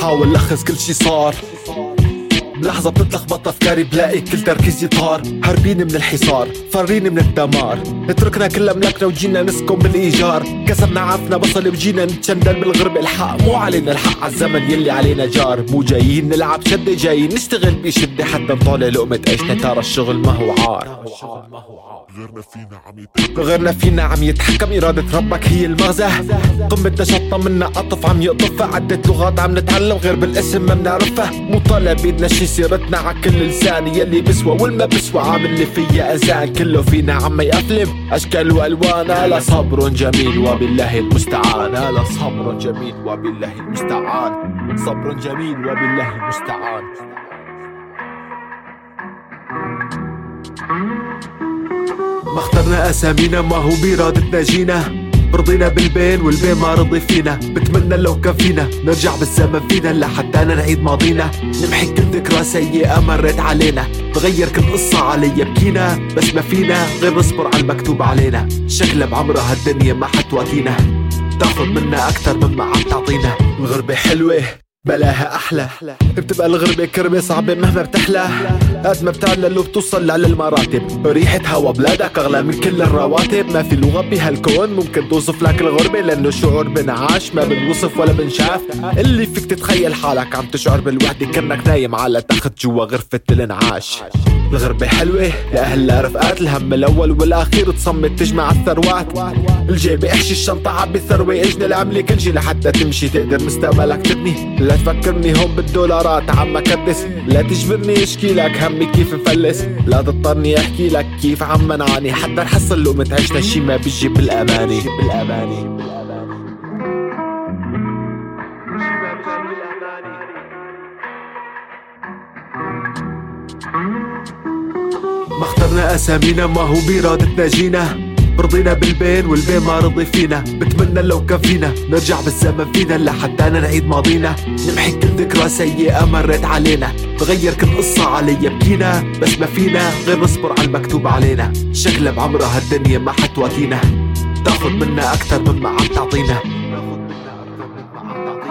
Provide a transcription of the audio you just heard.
بحاول لخص كل شي صار. بلحظة بتتلخبط أفكاري بلاقي كل تركيزي طار. هربين من الحصار فارين من الدمار. اتركنا كل أملاكنا وجينا نسكن بالإيجار. كسرنا عافنا بصل وجينا نتشندل بالغرب. الحق مو علينا الحق عالزمن يلي علينا جار. مو جايين نلعب شدة جايين نشتغل بشدة حتى نطالع لقمة عيشنا. ترى الشغل ما هو عار. غيرنا فينا عم يتحكم إرادة ربك هي المغزى. قمة نشاطنا منا قطف عم يقطف. عدة لغات عم نتعلم غير بالاسم ما بنعرفها. مو طالع بيدنا شي سيرتنا عكل لسان. يلي بسوى والما بسوى عامل اللي فيا أذان. كله فينا عم يقفلم أشكال وألوان. هلا صبر جميل وبالله المستعان. هلا صبر جميل وبالله المستعان. صبر جميل وبالله المستعان. ما اخترنا أسامينا ما هو بإرادتنا جينا. رضينا بالبين والبين ما رضي فينا. بتمنى لو كان فينا نرجع بالزمن فينا لحتى نعيد ماضينا. نمحي كل ذكرى سيئة مرت علينا. نغير كل قصة علي بكينا. بس ما فينا غير نصبر على المكتوب علينا. شكلها بعمرها هالدنيا ما حتواكينا. تاخذ منا أكتر مما عم تعطينا. الغربة حلوة بلاها أحلى. بتبقى الغربة كربة صعبة مهما بتحلى. قد ما بتعلى وبتوصل لعلى المراتب. ريحة هوا بلادك أغلى من كل الرواتب. ما في لغة بهالكون ممكن توصف لك الغربة. لأنه شعور بنعاش ما بنوصف ولا بنشاف. اللي فيك تتخيل حالك عم تشعر بالوحدة كأنك نايم على تخت جوا غرفة الانعاش. الغربة حلوة لأهلها رفقات. الهم الأول والأخير تصمت تجمع الثروات. الجيبة احشي الشنطة عبي الثروة. اجني العملة كل شي لحتى تمشي تقدر مستقبلك تبني. لا تفكرني هون بالدولارات عم كدس. لا تجبرني اشكي لك همي كيف نفلس. لا تضطرني احكي لك كيف عم منعاني حتى نحصل لقمة عيشنا. شي ما بيجي بالأماني. ما اخترنا أسامينا ما هو بإرادتنا جينا. رضينا بالبين والبين ما رضي فينا. بتمنى لو كان فينا نرجع بالزمن فينا لحتى نعيد ماضينا. نمحي كل ذكرى سيئة مرت علينا. نغير كل قصة علي بكينا. بس ما فينا غير نصبر على المكتوب علينا. شكلها بعمرها هالدنيا ما حتواكينا. تاخذ منا أكتر مما عم تعطينا.